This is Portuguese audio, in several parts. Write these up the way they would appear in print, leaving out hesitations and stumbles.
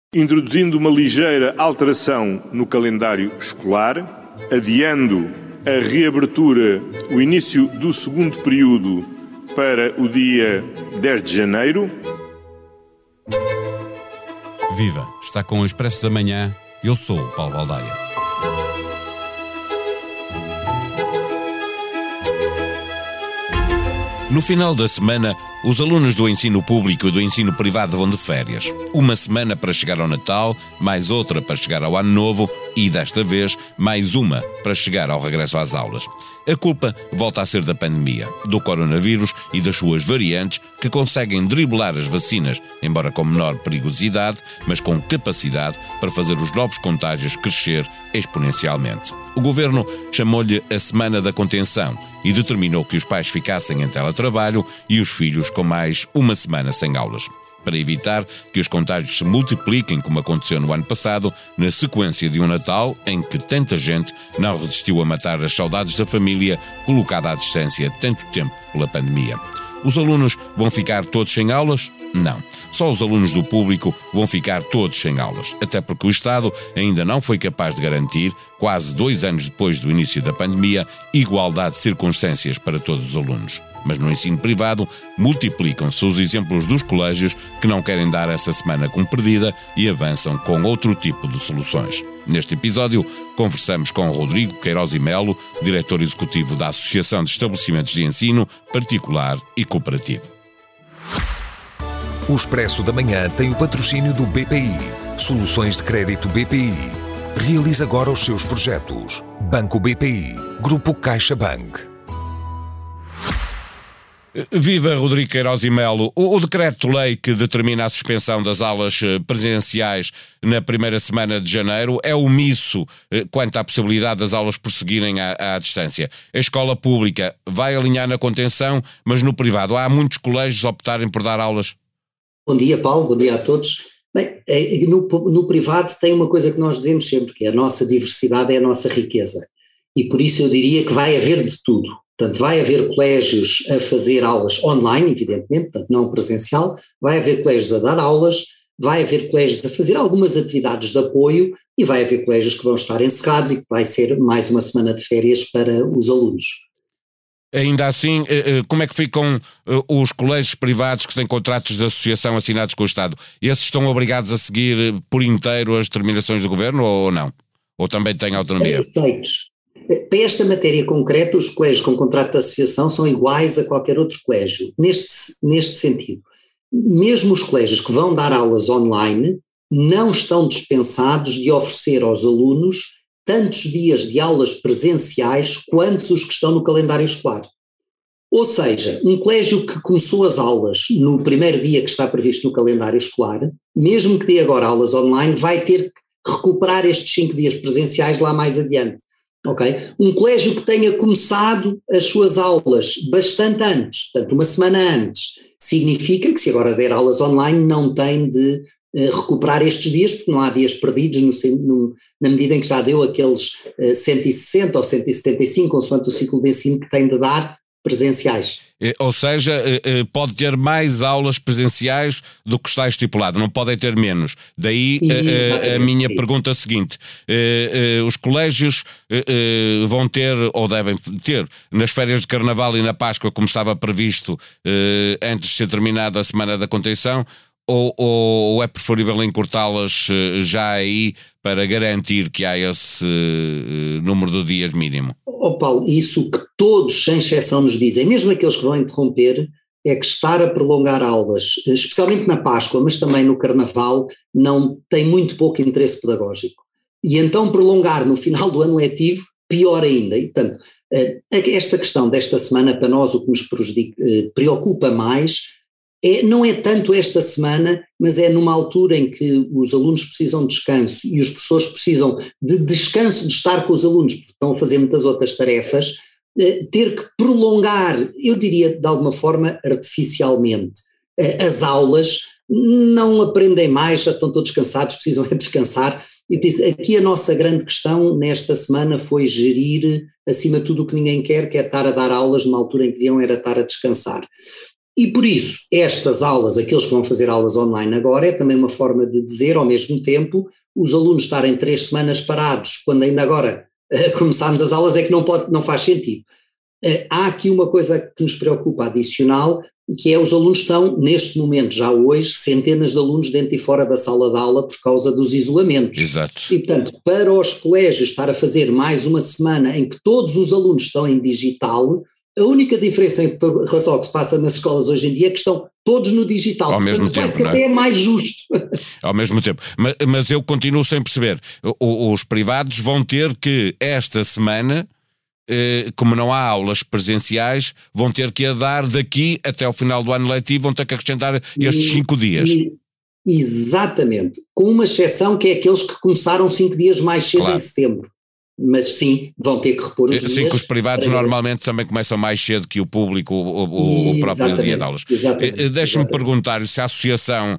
introduzindo uma ligeira alteração no calendário escolar, adiando a reabertura, o início do segundo período para o dia 10 de janeiro. Viva! Está com o Expresso da Manhã. Eu sou o Paulo Baldaia. No final da semana, os alunos do ensino público e do ensino privado vão de férias. Uma semana para chegar ao Natal, mais outra para chegar ao Ano Novo e, desta vez, mais uma para chegar ao regresso às aulas. A culpa volta a ser da pandemia, do coronavírus e das suas variantes que conseguem driblar as vacinas, embora com menor perigosidade, mas com capacidade para fazer os novos contágios crescer exponencialmente. O Governo chamou-lhe a Semana da Contenção e determinou que os pais ficassem em teletrabalho e os filhos com mais uma semana sem aulas, para evitar que os contágios se multipliquem como aconteceu no ano passado, na sequência de um Natal em que tanta gente não resistiu a matar as saudades da família colocada à distância tanto tempo pela pandemia. Os alunos vão ficar todos sem aulas? Não. Só os alunos do público vão ficar todos sem aulas, até porque o Estado ainda não foi capaz de garantir, quase 2 anos depois do início da pandemia, igualdade de circunstâncias para todos os alunos. Mas no ensino privado multiplicam-se os exemplos dos colégios que não querem dar essa semana como perdida e avançam com outro tipo de soluções. Neste episódio, conversamos com Rodrigo Queiroz e Melo, diretor executivo da Associação de Estabelecimentos de Ensino Particular e Cooperativo. O Expresso da Manhã tem o patrocínio do BPI. Soluções de crédito BPI. Realize agora os seus projetos. Banco BPI. Grupo CaixaBank. Viva Rodrigo Queiroz e Melo. O decreto-lei que determina a suspensão das aulas presenciais na primeira semana de janeiro é omisso quanto à possibilidade das aulas prosseguirem à distância. A escola pública vai alinhar na contenção, mas no privado há muitos colégios a optarem por dar aulas. Bom dia, Paulo, bom dia a todos. Bem, no privado tem uma coisa que nós dizemos sempre, que a nossa diversidade é a nossa riqueza. E por isso eu diria que vai haver de tudo. Portanto, vai haver colégios a fazer aulas online, evidentemente, portanto não presencial, vai haver colégios a dar aulas, vai haver colégios a fazer algumas atividades de apoio e vai haver colégios que vão estar encerrados e que vai ser mais uma semana de férias para os alunos. Ainda assim, como é que ficam os colégios privados que têm contratos de associação assinados com o Estado? Esses estão obrigados a seguir por inteiro as determinações do Governo ou não? Ou também têm autonomia? Para esta matéria concreta, os colégios com contrato de associação são iguais a qualquer outro colégio, neste sentido. Mesmo os colégios que vão dar aulas online não estão dispensados de oferecer aos alunos tantos dias de aulas presenciais quanto os que estão no calendário escolar. Ou seja, um colégio que começou as aulas no primeiro dia que está previsto no calendário escolar, mesmo que dê agora aulas online, vai ter que recuperar estes 5 dias presenciais lá mais adiante. Okay? Um colégio que tenha começado as suas aulas bastante antes, portanto uma semana antes, significa que se agora der aulas online não tem de recuperar estes dias, porque não há dias perdidos na medida em que já deu aqueles 160 ou 175, consoante o ciclo de ensino que tem de dar presenciais. Ou seja, pode ter mais aulas presenciais do que está estipulado, não podem ter menos. Daí a minha pergunta seguinte, os colégios vão ter, ou devem ter, nas férias de Carnaval e na Páscoa, como estava previsto antes de ser terminada a Semana da Contenção, ou é preferível encurtá-las já aí para garantir que há esse número de dias mínimo? Paulo, isso que todos, sem exceção, nos dizem, mesmo aqueles que vão interromper, é que estar a prolongar aulas, especialmente na Páscoa, mas também no Carnaval, não tem muito pouco interesse pedagógico. E então prolongar no final do ano letivo, pior ainda. E, portanto, esta questão desta semana, para nós, o que nos preocupa mais não é tanto esta semana, mas é numa altura em que os alunos precisam de descanso e os professores precisam de descanso de estar com os alunos, porque estão a fazer muitas outras tarefas, ter que prolongar, eu diria de alguma forma artificialmente, as aulas, não aprendem mais, já estão todos cansados, precisam é descansar. E aqui a nossa grande questão nesta semana foi gerir, acima de tudo, o que ninguém quer, que é estar a dar aulas numa altura em que deviam era estar a descansar. E por isso, estas aulas, aqueles que vão fazer aulas online agora, é também uma forma de dizer, ao mesmo tempo, os alunos estarem 3 semanas parados, quando ainda agora começámos as aulas, é que não faz sentido. Há aqui uma coisa que nos preocupa adicional, que é os alunos estão, neste momento, já hoje, centenas de alunos dentro e fora da sala de aula por causa dos isolamentos. Exato. E, portanto, para os colégios estar a fazer mais uma semana em que todos os alunos estão em digital, a única diferença em relação ao que se passa nas escolas hoje em dia é que estão todos no digital. Ao mesmo tempo, parece que até é mais justo. Ao mesmo tempo. Mas eu continuo sem perceber. Os privados vão ter que, esta semana, como não há aulas presenciais, vão ter que dar daqui até ao final do ano letivo, vão ter que acrescentar estes 5 dias. Exatamente. Com uma exceção que é aqueles que começaram 5 dias mais cedo, claro, em setembro. Mas sim, vão ter que repor os dias. Sim, que os privados normalmente também começam mais cedo que o público, o próprio dia de aulas. Deixa-me perguntar se a associação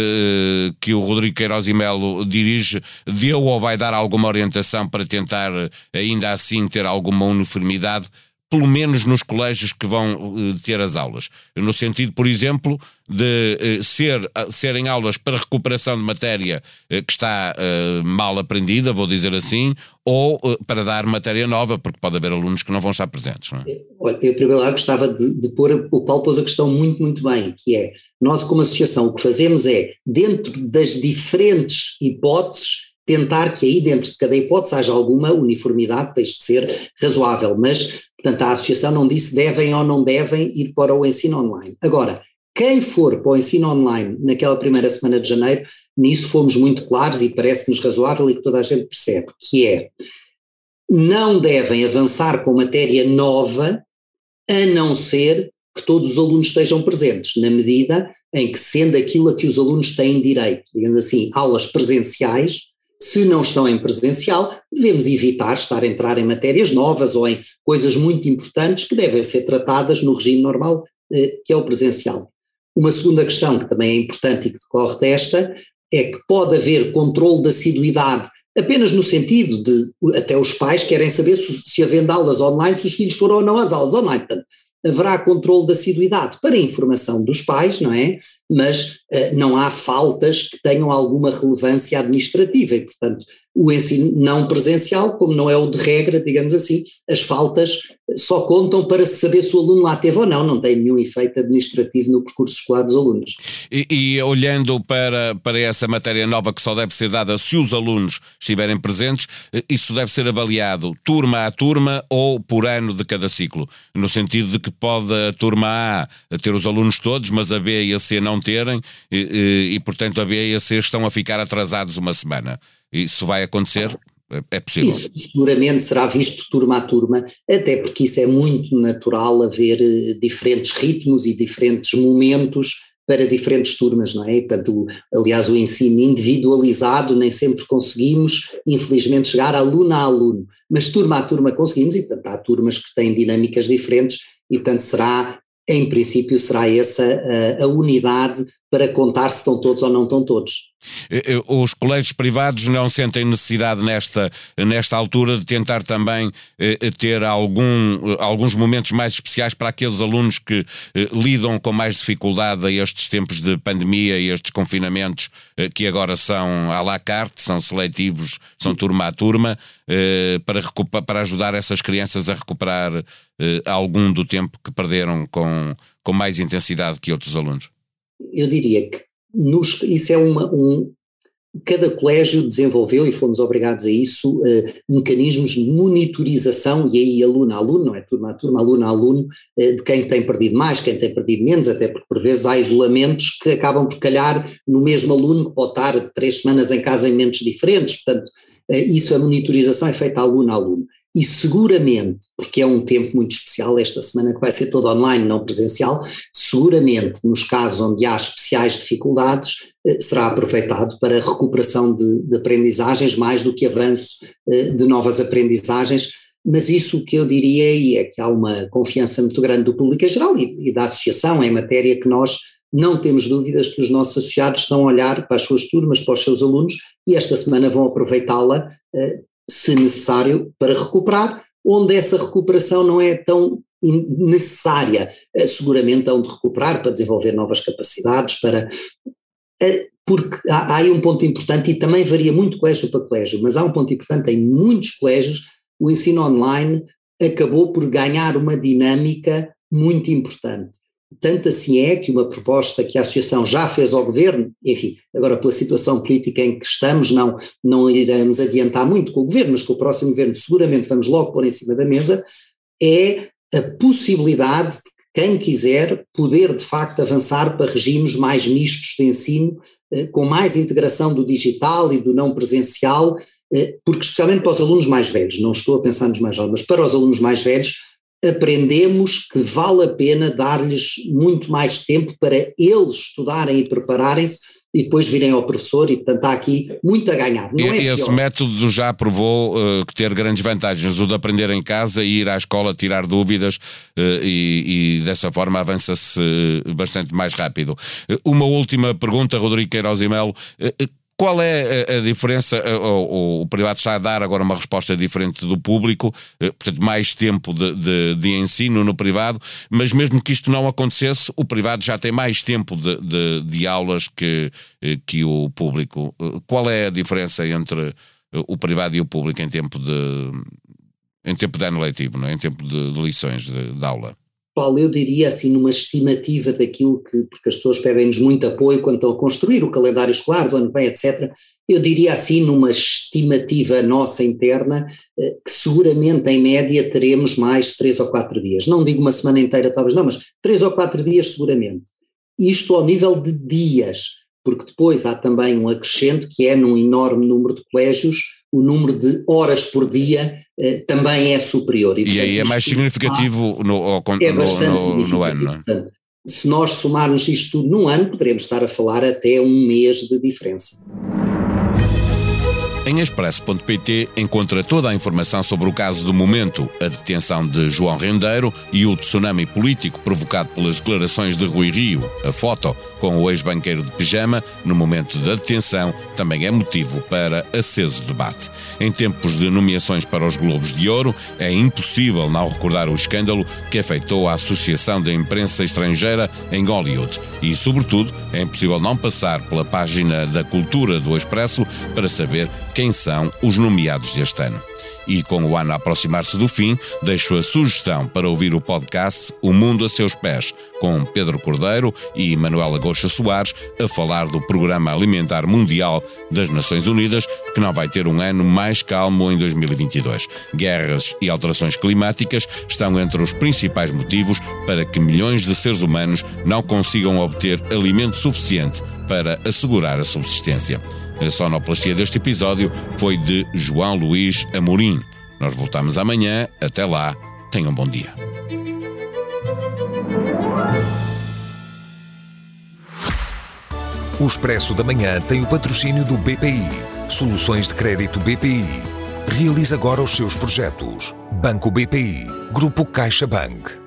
que o Rodrigo Queiroz e Melo dirige deu ou vai dar alguma orientação para tentar ainda assim ter alguma uniformidade, pelo menos nos colégios que vão ter as aulas. No sentido, por exemplo, de serem aulas para recuperação de matéria que está mal aprendida, vou dizer assim, ou para dar matéria nova, porque pode haver alunos que não vão estar presentes, não é? Olha, eu, em primeiro lugar, gostava de pôr, o Paulo pôs a questão muito, muito bem, que é, nós como associação o que fazemos é, dentro das diferentes hipóteses, tentar que aí dentro de cada hipótese haja alguma uniformidade para isto ser razoável, mas, portanto, a associação não disse devem ou não devem ir para o ensino online. Agora, quem for para o ensino online naquela primeira semana de janeiro, nisso fomos muito claros e parece-nos razoável e que toda a gente percebe, que é, não devem avançar com matéria nova, a não ser que todos os alunos estejam presentes, na medida em que, sendo aquilo a que os alunos têm direito, digamos assim, aulas presenciais, se não estão em presencial, devemos evitar estar a entrar em matérias novas ou em coisas muito importantes que devem ser tratadas no regime normal, que é o presencial. Uma segunda questão que também é importante e que decorre desta é que pode haver controle da assiduidade, apenas no sentido de até os pais querem saber se havendo aulas online, se os filhos foram ou não às aulas online. Portanto, haverá controle da assiduidade para a informação dos pais, não é? Mas não há faltas que tenham alguma relevância administrativa e, portanto, o ensino não presencial, como não é o de regra, digamos assim, as faltas só contam para saber se o aluno lá teve ou não, não tem nenhum efeito administrativo no percurso escolar dos alunos. E olhando para essa matéria nova que só deve ser dada se os alunos estiverem presentes, isso deve ser avaliado turma a turma ou por ano de cada ciclo, no sentido de que pode a turma A ter os alunos todos, mas a B e a C não terem, e portanto a B e a C estão a ficar atrasados uma semana. Isso vai acontecer? É possível? Isso seguramente será visto turma a turma, até porque isso é muito natural haver diferentes ritmos e diferentes momentos para diferentes turmas, não é? Portanto, aliás, o ensino individualizado nem sempre conseguimos, infelizmente, chegar aluno a aluno, mas turma a turma conseguimos e, portanto, há turmas que têm dinâmicas diferentes e, portanto, será, em princípio, será essa a unidade para contar se estão todos ou não estão todos. Os colégios privados não sentem necessidade nesta altura de tentar também ter alguns momentos mais especiais para aqueles alunos que lidam com mais dificuldade a estes tempos de pandemia e estes confinamentos que agora são à la carte, são seletivos, são turma a turma, para ajudar essas crianças a recuperar algum do tempo que perderam com mais intensidade que outros alunos? Eu diria que isso é cada colégio desenvolveu, e fomos obrigados a isso, mecanismos de monitorização, e aí aluno a aluno, não é turma a turma, aluno a aluno, de quem tem perdido mais, quem tem perdido menos, até porque por vezes há isolamentos que acabam por calhar no mesmo aluno que pode estar 3 semanas em casa em momentos diferentes, portanto, isso, a monitorização é feita aluno a aluno. E seguramente, porque é um tempo muito especial, esta semana que vai ser toda online, não presencial, seguramente nos casos onde há especiais dificuldades, será aproveitado para recuperação de aprendizagens, mais do que avanço de novas aprendizagens, mas isso que eu diria é que há uma confiança muito grande do público em geral e da associação, em matéria que nós não temos dúvidas que os nossos associados estão a olhar para as suas turmas, para os seus alunos, e esta semana vão aproveitá-la se necessário, para recuperar, onde essa recuperação não é tão necessária. Seguramente hão de recuperar para desenvolver novas capacidades, porque há aí um ponto importante, e também varia muito colégio para colégio, mas há um ponto importante: em muitos colégios o ensino online acabou por ganhar uma dinâmica muito importante. Tanto assim é que uma proposta que a Associação já fez ao Governo, enfim, agora pela situação política em que estamos não iremos adiantar muito com o Governo, mas com o próximo Governo seguramente vamos logo pôr em cima da mesa, é a possibilidade de quem quiser poder de facto avançar para regimes mais mistos de ensino, com mais integração do digital e do não presencial, porque especialmente para os alunos mais velhos, não estou a pensar nos mais jovens, mas para os alunos mais velhos, aprendemos que vale a pena dar-lhes muito mais tempo para eles estudarem e prepararem-se e depois virem ao professor, e portanto há aqui muito a ganhar. Não é esse pior. método já provou ter grandes vantagens, o de aprender em casa e ir à escola tirar dúvidas, e dessa forma avança-se bastante mais rápido. Uma última pergunta, Rodrigo Queiroz e Melo. Qual é a diferença? O privado está a dar agora uma resposta diferente do público, portanto mais tempo de ensino no privado, mas mesmo que isto não acontecesse, o privado já tem mais tempo de aulas que o público. Qual é a diferença entre o privado e o público em tempo de ano letivo, não é? Em tempo de lições de aula? Paulo, eu diria assim, numa estimativa daquilo porque as pessoas pedem-nos muito apoio quando estão a construir o calendário escolar do ano que vem, etc., eu diria assim, numa estimativa nossa interna, que seguramente em média teremos mais 3 ou 4 dias. Não digo uma semana inteira talvez não, mas 3 ou 4 dias seguramente. Isto ao nível de dias, porque depois há também um acrescento que é num enorme número de colégios, o número de horas por dia também é superior. E aí é mais significativo no ano, não é? Portanto, se nós somarmos isto tudo num ano, poderemos estar a falar até um mês de diferença. Em expresso.pt encontra toda a informação sobre o caso do momento, a detenção de João Rendeiro e o tsunami político provocado pelas declarações de Rui Rio. A foto com o ex-banqueiro de pijama no momento da detenção também é motivo para aceso debate. Em tempos de nomeações para os Globos de Ouro, é impossível não recordar o escândalo que afetou a Associação da Imprensa Estrangeira em Hollywood. E, sobretudo, é impossível não passar pela página da Cultura do Expresso para saber quem são os nomeados deste ano. E com o ano a aproximar-se do fim, deixo a sugestão para ouvir o podcast O Mundo a Seus Pés, com Pedro Cordeiro e Manuela Goxa Soares, a falar do Programa Alimentar Mundial das Nações Unidas, que não vai ter um ano mais calmo em 2022. Guerras e alterações climáticas estão entre os principais motivos para que milhões de seres humanos não consigam obter alimento suficiente para assegurar a subsistência. A sonoplastia deste episódio foi de João Luís Amorim. Nós voltamos amanhã. Até lá. Tenham um bom dia. O Expresso da Manhã tem o patrocínio do BPI. Soluções de crédito BPI. Realize agora os seus projetos. Banco BPI. Grupo CaixaBank.